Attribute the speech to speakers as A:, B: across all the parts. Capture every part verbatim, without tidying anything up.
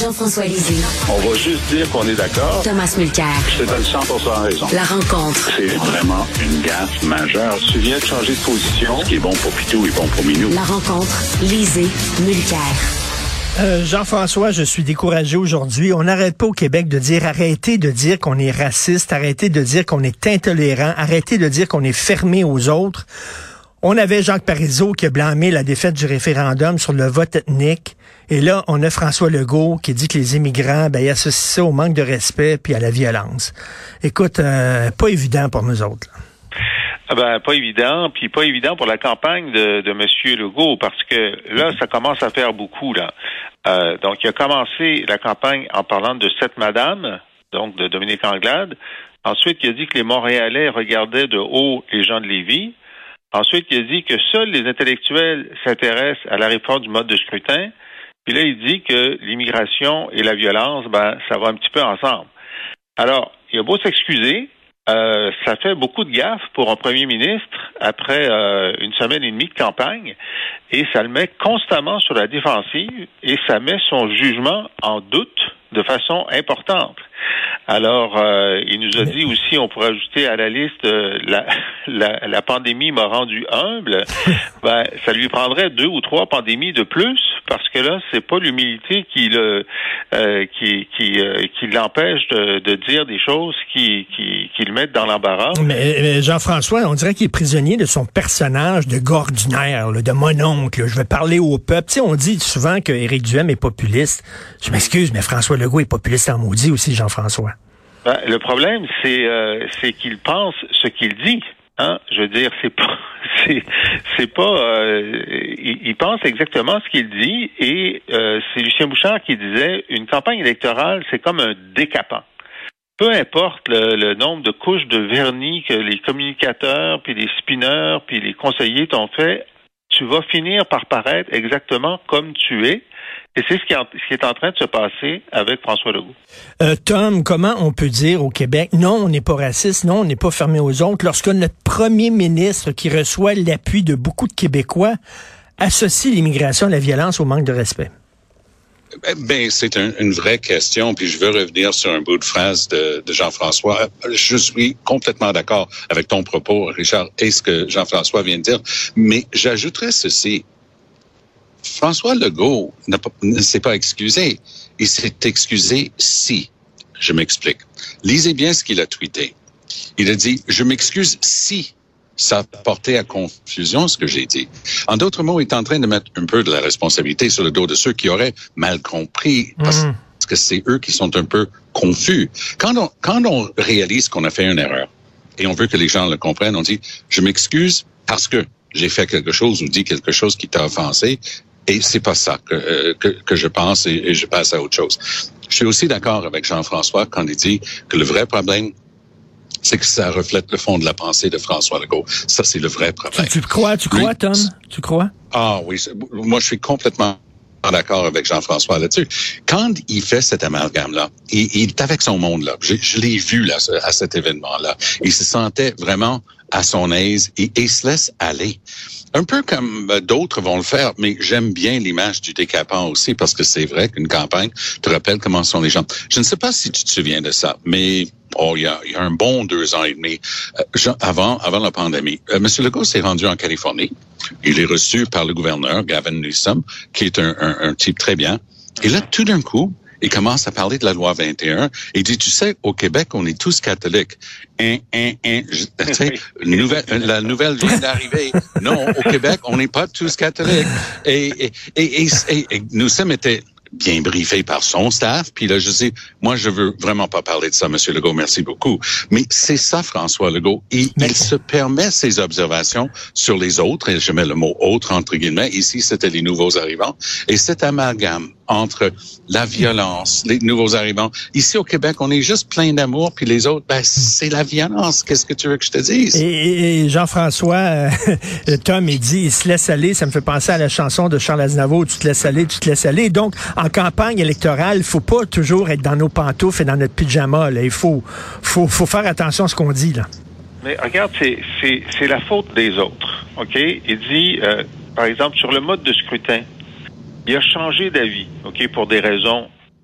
A: Jean-François Lisée.
B: On va juste dire qu'on est d'accord.
A: Thomas Mulcair.
B: Je te donne cent pour cent raison.
A: La rencontre.
B: C'est vraiment une gaffe majeure. Tu viens de changer de position. Ce qui est bon pour Pitou est bon pour Minou.
A: La rencontre. Lisée. Mulcair.
C: Euh, Jean-François, je suis découragé aujourd'hui. On n'arrête pas au Québec de dire arrêtez de dire qu'on est raciste, arrêtez de dire qu'on est intolérant, arrêtez de dire qu'on est fermé aux autres. On avait Jacques Parizeau qui a blâmé la défaite du référendum sur le vote ethnique. Et là, on a François Legault qui dit que les immigrants, ben, ils associent ça au manque de respect puis à la violence. Écoute, euh, pas évident pour nous autres, là.
D: Ah ben, pas évident, puis pas évident pour la campagne de, de M. Legault, parce que là, ça commence à faire beaucoup, là. Euh, donc, il a commencé la campagne en parlant de cette madame, donc de Dominique Anglade. Ensuite, il a dit que les Montréalais regardaient de haut les gens de Lévis. Ensuite, il a dit que seuls les intellectuels s'intéressent à la réforme du mode de scrutin. Puis là, il dit que l'immigration et la violence, ben, ça va un petit peu ensemble. Alors, il a beau s'excuser, euh, ça fait beaucoup de gaffes pour un premier ministre après euh, une semaine et demie de campagne, et ça le met constamment sur la défensive, et ça met son jugement en doute de façon importante. Alors, euh, il nous a dit aussi, on pourrait ajouter à la liste, euh, la, la, la pandémie m'a rendu humble. Ben, ça lui prendrait deux ou trois pandémies de plus, parce que là, c'est pas l'humilité qui le euh, qui qui euh, qui l'empêche de, de dire des choses qui qui qui le mettent dans l'embarras.
C: Mais, mais Jean-François, on dirait qu'il est prisonnier de son personnage de gars ordinaire, là, de mononcle. Là. Je vais parler au peuple. Tu sais, on dit souvent que Éric Duhem est populiste. Je m'excuse, mais François Legault est populiste en maudit aussi, Jean-François.
D: Ben, le problème, c'est euh, c'est qu'il pense ce qu'il dit. Hein? Je veux dire, c'est pas, c'est, c'est pas, euh, il, il pense exactement ce qu'il dit, et euh, c'est Lucien Bouchard qui disait, une campagne électorale, c'est comme un décapant. Peu importe le, le nombre de couches de vernis que les communicateurs, puis les spinners, puis les conseillers t'ont fait, tu vas finir par paraître exactement comme tu es. Et c'est ce qui, en, ce qui est en train de se passer avec François Legault.
C: Euh, Tom, comment on peut dire au Québec, non, on n'est pas raciste, non, on n'est pas fermé aux autres, lorsque notre premier ministre, qui reçoit l'appui de beaucoup de Québécois, associe l'immigration à la violence, au manque de respect?
E: Ben, c'est un, une vraie question, puis je veux revenir sur un bout de phrase de, de Jean-François. Je suis complètement d'accord avec ton propos, Richard, et ce que Jean-François vient de dire, mais j'ajouterais ceci. François Legault n'a pas, ne s'est pas excusé. Il s'est excusé si. Je m'explique. Lisez bien ce qu'il a tweeté. Il a dit, je m'excuse si ça a porté à confusion ce que j'ai dit. En d'autres mots, il est en train de mettre un peu de la responsabilité sur le dos de ceux qui auraient mal compris, parce mmh. que c'est eux qui sont un peu confus. Quand on, quand on réalise qu'on a fait une erreur et on veut que les gens le comprennent, on dit, je m'excuse parce que j'ai fait quelque chose ou dit quelque chose qui t'a offensé. Et c'est pas ça que, euh, que, que je pense, et, et je passe à autre chose. Je suis aussi d'accord avec Jean-François quand il dit que le vrai problème, c'est que ça reflète le fond de la pensée de François Legault. Ça, c'est le vrai problème.
C: Tu, tu crois, tu crois, Tom? Tu crois?
E: Ah oui, moi je suis complètement d'accord avec Jean-François là-dessus. Quand il fait cet amalgame-là, il, il est avec son monde-là. Je, je l'ai vu là, à cet événement-là. Il se sentait vraiment à son aise et, et se laisse aller. Un peu comme d'autres vont le faire, mais j'aime bien l'image du décapant aussi, parce que c'est vrai qu'une campagne te rappelle comment sont les gens. Je ne sais pas si tu te souviens de ça, mais oh, il y a, il y a un bon deux ans et demi, euh, avant, avant la pandémie. Euh, Monsieur Legault s'est rendu en Californie. Il est reçu par le gouverneur, Gavin Newsom, qui est un, un, un type très bien. Et là, tout d'un coup, il commence à parler de la loi vingt et un. Et il dit, tu sais, au Québec, on est tous catholiques. Un, un, un, tu sais, nouvelle, la nouvelle vient d'arriver. Non, au Québec, on n'est pas tous catholiques. Et, et, et, et, et, et nous sommes été bien briefé par son staff. Puis là, je dis, moi, je veux vraiment pas parler de ça, Monsieur Legault, merci beaucoup. Mais c'est ça, François Legault. Et mais... il se permet ses observations sur les autres, et je mets le mot « autre » entre guillemets. Ici, c'était les nouveaux arrivants. Et cet amalgame entre la violence, les nouveaux arrivants. Ici, au Québec, on est juste plein d'amour, puis les autres, ben, c'est la violence. Qu'est-ce que tu veux que je te dise?
C: Et, et Jean-François, euh, Tom, il dit, il se laisse aller. Ça me fait penser à la chanson de Charles Aznavour, tu te laisses aller, tu te laisses aller. Donc, en campagne électorale, il faut pas toujours être dans nos pantoufles et dans notre pyjama, là. Il faut, faut, faut faire attention à ce qu'on dit, là.
D: Mais regarde, c'est, c'est, c'est la faute des autres, OK? Il dit, euh, par exemple, sur le mode de scrutin, il a changé d'avis, OK, pour des raisons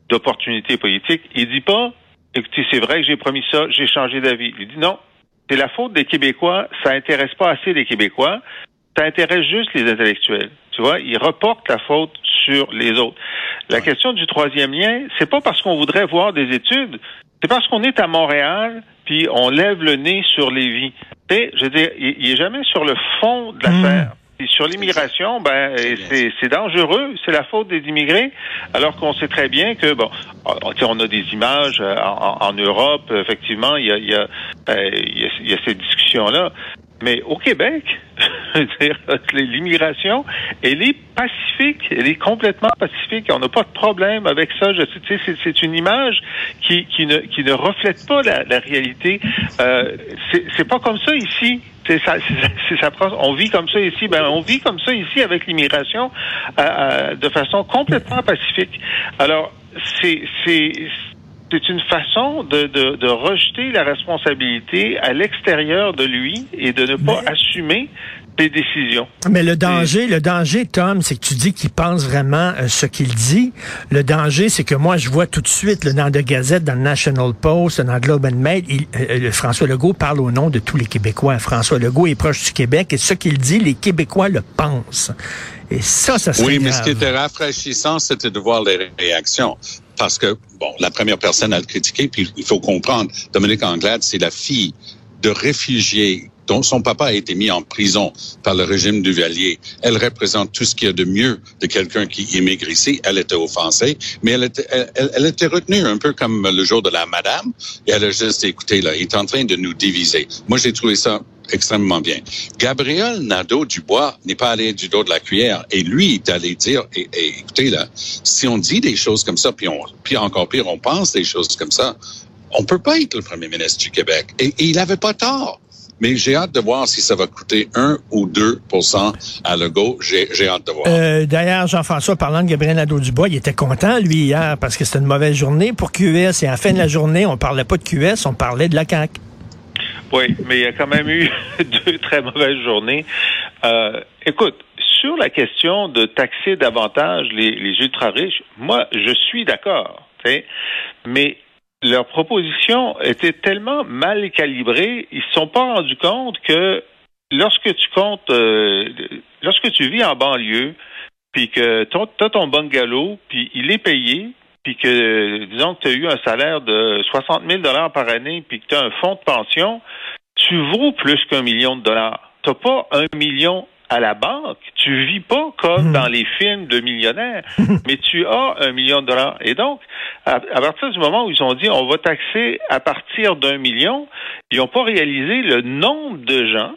D: d'opportunités politiques. Il dit pas, écoutez, c'est vrai que j'ai promis ça, j'ai changé d'avis. Il dit non, c'est la faute des Québécois, ça intéresse pas assez les Québécois, ça intéresse juste les intellectuels. Tu vois, il reporte la faute sur les autres. La ouais. question du troisième lien, c'est pas parce qu'on voudrait voir des études, c'est parce qu'on est à Montréal, puis on lève le nez sur Lévis. Tu sais, je veux dire, il, il est jamais sur le fond de l'affaire. Mmh. Et sur l'immigration, ben c'est, c'est dangereux, c'est la faute des immigrés, alors qu'on sait très bien que bon, on a des images en, en Europe, effectivement, il y a, il y a, il y a, il y a ces discussions-là. Mais au Québec, je veux dire, l'immigration, elle est pacifique, elle est complètement pacifique. On n'a pas de problème avec ça. Je sais, tu sais, c'est, c'est une image qui, qui ne, qui ne reflète pas la, la réalité. Euh, c'est, c'est pas comme ça ici. C'est ça, c'est, c'est ça. On vit comme ça ici. Ben, on vit comme ça ici avec l'immigration euh, euh, de façon complètement pacifique. Alors, c'est, c'est C'est une façon de, de, de rejeter la responsabilité à l'extérieur de lui et de ne pas mais, assumer ses décisions. Mais le danger,
C: et... le danger, Tom, c'est que tu dis qu'il pense vraiment euh, ce qu'il dit. Le danger, c'est que moi, je vois tout de suite là, dans The Gazette, dans le National Post, dans le Globe and Mail, il, euh, François Legault parle au nom de tous les Québécois. François Legault est proche du Québec et ce qu'il dit, les Québécois le pensent. Et ça, ça serait
E: Oui,
C: grave.
E: Mais ce qui était rafraîchissant, c'était de voir les réactions. Parce que, bon, la première personne à le critiquer, puis il faut comprendre, Dominique Anglade, c'est la fille de réfugiés dont son papa a été mis en prison par le régime Duvalier. Elle représente tout ce qu'il y a de mieux de quelqu'un qui immigre ici. Elle était offensée, mais elle était, elle, elle était retenue un peu comme le jour de la madame. Et elle a juste écouté, là, il est en train de nous diviser. Moi, j'ai trouvé ça extrêmement bien. Gabriel Nadeau-Dubois n'est pas allé du dos de la cuillère. Et lui, il est allé dire, et, et, écoutez, là, si on dit des choses comme ça, puis, on, puis encore pire, on pense des choses comme ça, on peut pas être le premier ministre du Québec. Et, et il avait pas tort. Mais j'ai hâte de voir si ça va coûter un ou deux pour cent à Legault. J'ai, j'ai hâte de voir.
C: Euh, d'ailleurs, Jean-François, parlant de Gabriel Nadeau-Dubois, il était content, lui, hier, parce que c'était une mauvaise journée pour Q S. Et à la fin de la journée, on parlait pas de Q S, on parlait de la C A Q.
D: Oui, mais il y a quand même eu deux très mauvaises journées. Euh, écoute, sur la question de taxer davantage les, les ultra-riches, moi, je suis d'accord, tu sais, mais leur proposition était tellement mal calibrée, ils se sont pas rendus compte que lorsque tu comptes, euh, lorsque tu vis en banlieue, puis que tu as ton bungalow, puis il est payé, puis que, disons que tu as eu un salaire de soixante mille dollars par année, puis que tu as un fonds de pension, tu vaux plus qu'un million de dollars. Tu n'as pas un million à la banque. Tu vis pas comme dans les films de millionnaires, mais tu as un million de dollars. Et donc, à, à partir du moment où ils ont dit on va taxer à partir d'un million, ils n'ont pas réalisé le nombre de gens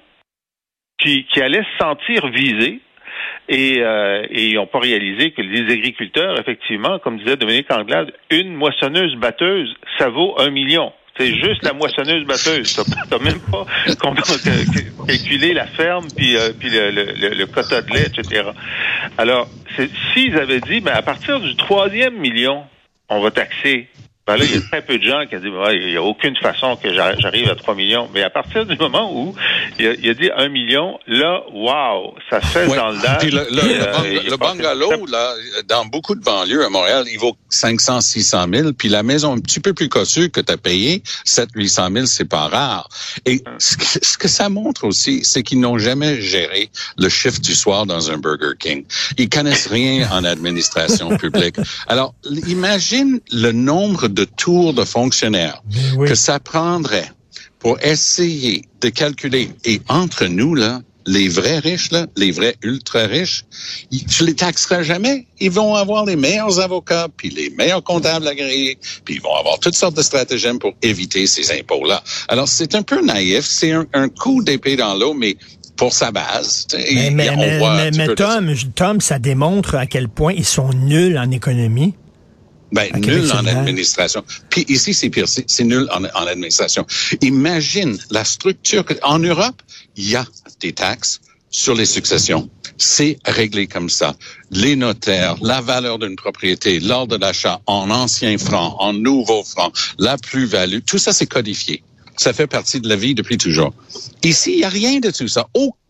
D: qui, qui allaient se sentir visés. Et, euh, et ils n'ont pas réalisé que les agriculteurs, effectivement, comme disait Dominique Anglade, une moissonneuse-batteuse, ça vaut un million. C'est juste la moissonneuse-batteuse. T'as, t'as même pas calculé la ferme, puis, euh, puis le, le, le quota de lait, et cetera. Alors, c'est, s'ils avaient dit, ben, à partir du troisième million, on va taxer. Ben là, il y a très peu de gens qui ont dit, ben, il n'y a aucune façon que j'arrive à trois millions. Mais à partir du moment où il a, il a dit un million, là, wow, ça se fait ouais. dans le dash.
E: Le, le, euh, le, le bungalow, là, dans beaucoup de banlieues à Montréal, il vaut cinq cents, six cent mille. Puis la maison un petit peu plus cossue que tu as payé, sept cents, huit cent mille, c'est pas rare. Et hum. ce, que, ce que ça montre aussi, c'est qu'ils n'ont jamais géré le chiffre du soir dans un Burger King. Ils connaissent rien en administration publique. Alors, imagine le nombre de tours de fonctionnaires oui. que ça prendrait pour essayer de calculer. Et entre nous, là, les vrais riches, là, les vrais ultra-riches, ils, tu les taxeras jamais. Ils vont avoir les meilleurs avocats, puis les meilleurs comptables agréés, puis ils vont avoir toutes sortes de stratagèmes pour éviter ces impôts-là. Alors, c'est un peu naïf. C'est un, un coup d'épée dans l'eau, mais pour sa base.
C: Mais, mais, mais, mais, mais Tom, Tom, ça démontre à quel point ils sont nuls en économie.
E: Ben, à nul en administration. Puis ici, c'est pire, c'est, c'est nul en, en administration. Imagine la structure. Que, en Europe, il y a des taxes sur les successions. C'est réglé comme ça. Les notaires, la valeur d'une propriété, l'ordre d'achat en anciens francs, en nouveaux francs, la plus-value, tout ça, c'est codifié. Ça fait partie de la vie depuis toujours. Ici, il n'y a rien de tout ça. Oh,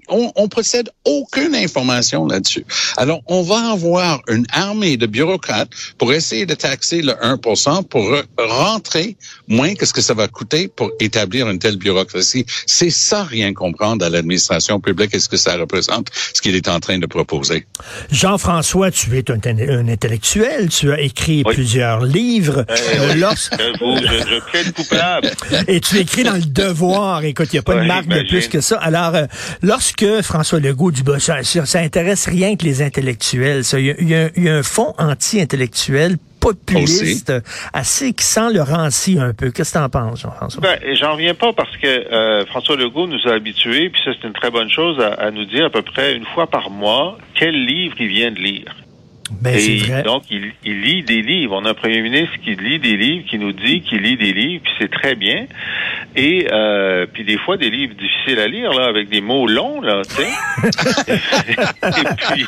E: on, on possède aucune information là-dessus. Alors, on va avoir une armée de bureaucrates pour essayer de taxer le un pour cent pour re- rentrer moins que ce que ça va coûter pour établir une telle bureaucratie. C'est ça, rien comprendre à l'administration publique et ce que ça représente, ce qu'il est en train de proposer.
C: Jean-François, tu es un, un intellectuel, tu as écrit
D: oui.
C: plusieurs livres.
D: Euh,
C: euh,
D: oui.
C: lors...
D: J'avoue, je, je plaide coupable.
C: Et tu écris dans Le Devoir. Écoute, il n'y a pas
D: Ouais,
C: de marque
D: imagine.
C: de plus que ça. Alors, euh, lorsque François Legault dit, bah, ça, ça, ça intéresse rien que les intellectuels, ça, il y a, il y a, il y a un fond anti-intellectuel populiste, aussi. Assez qui sent le ranci un peu. Qu'est-ce que t'en penses, Jean-François?
D: Ben, j'en reviens pas parce que euh, François Legault nous a habitués, puis ça c'est une très bonne chose, à, à nous dire à peu près une fois par mois quel livre il vient de lire.
C: Ben, c'est
D: Et
C: vrai.
D: donc, il, il lit des livres. On a un premier ministre qui lit des livres, qui nous dit qu'il lit des livres, puis c'est très bien. Et euh, puis des fois, des livres difficiles à lire, là, avec des mots longs, là, tu sais. et puis,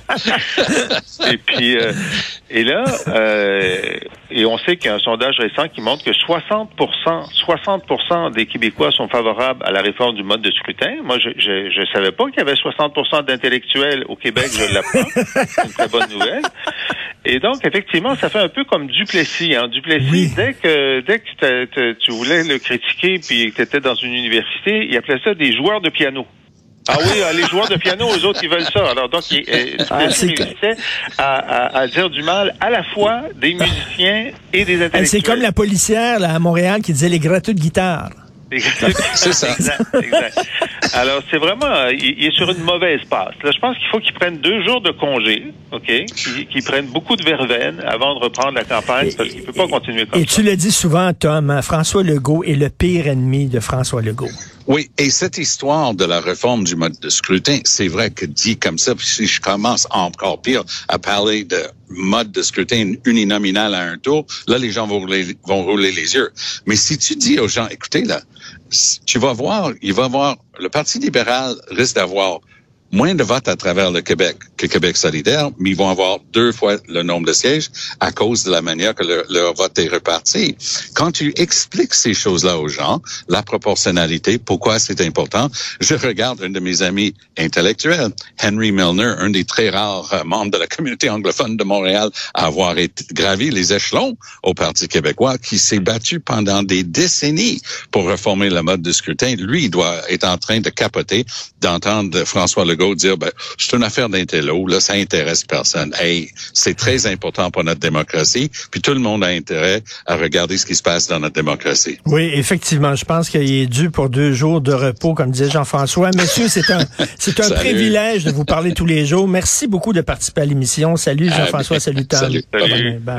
D: euh, et puis, euh, et là, euh, et on sait qu'il y a un sondage récent qui montre que soixante pour cent, soixante pour cent des Québécois sont favorables à la réforme du mode de scrutin. Moi, je, je, je savais pas qu'il y avait soixante pour cent d'intellectuels au Québec. Je l'apprends. C'est une très bonne nouvelle. Et donc, effectivement, ça fait un peu comme Duplessis. Hein. Duplessis, oui. dès que dès que t'as, t'as, tu voulais le critiquer puis que tu étais dans une université, il appelait ça des joueurs de piano. Ah oui, les joueurs de piano, eux autres, ils veulent ça. Alors donc, il, euh, ah, réussissait à, à, à dire du mal à la fois des musiciens et des intellectuels.
C: C'est comme la policière là, à Montréal qui disait les gratteux de guitare.
E: C'est ça.
D: Exact, exact. Alors, c'est vraiment, il, il est sur une mauvaise passe. Là, je pense qu'il faut qu'il prenne deux jours de congé, OK? Qu'il, qu'il prenne beaucoup de verveine avant de reprendre la campagne, parce qu'il peut pas continuer comme
C: et
D: ça.
C: Et tu le dis souvent, Tom, hein, François Legault est le pire ennemi de François Legault.
E: Oui, et cette histoire de la réforme du mode de scrutin, c'est vrai que dit comme ça, puis si je commence encore pire à parler de mode de scrutin uninominal à un tour, là, les gens vont rouler, vont rouler les yeux. Mais si tu dis aux gens, écoutez, là, tu vas voir, il va voir, le Parti libéral risque d'avoir moins de votes à travers le Québec que Québec solidaire, mais ils vont avoir deux fois le nombre de sièges à cause de la manière que le, leur vote est reparti. Quand tu expliques ces choses-là aux gens, la proportionnalité, pourquoi c'est important, je regarde un de mes amis intellectuels, Henry Milner, un des très rares membres de la communauté anglophone de Montréal à avoir été, gravi les échelons au Parti québécois, qui s'est battu pendant des décennies pour réformer le mode de scrutin. Lui, il doit être en train de capoter d'entendre François Legault dire, ben, c'est une affaire d'intello, là, ça intéresse personne. Hey, c'est très important pour notre démocratie, puis tout le monde a intérêt à regarder ce qui se passe dans notre démocratie.
C: Oui, effectivement, je pense qu'il est dû pour deux jours de repos, comme disait Jean-François. Messieurs, c'est un, c'est un privilège de vous parler tous les jours. Merci beaucoup de participer à l'émission. Salut Jean-François, salut Tom.
E: Salut.
D: Salut.
C: Bye.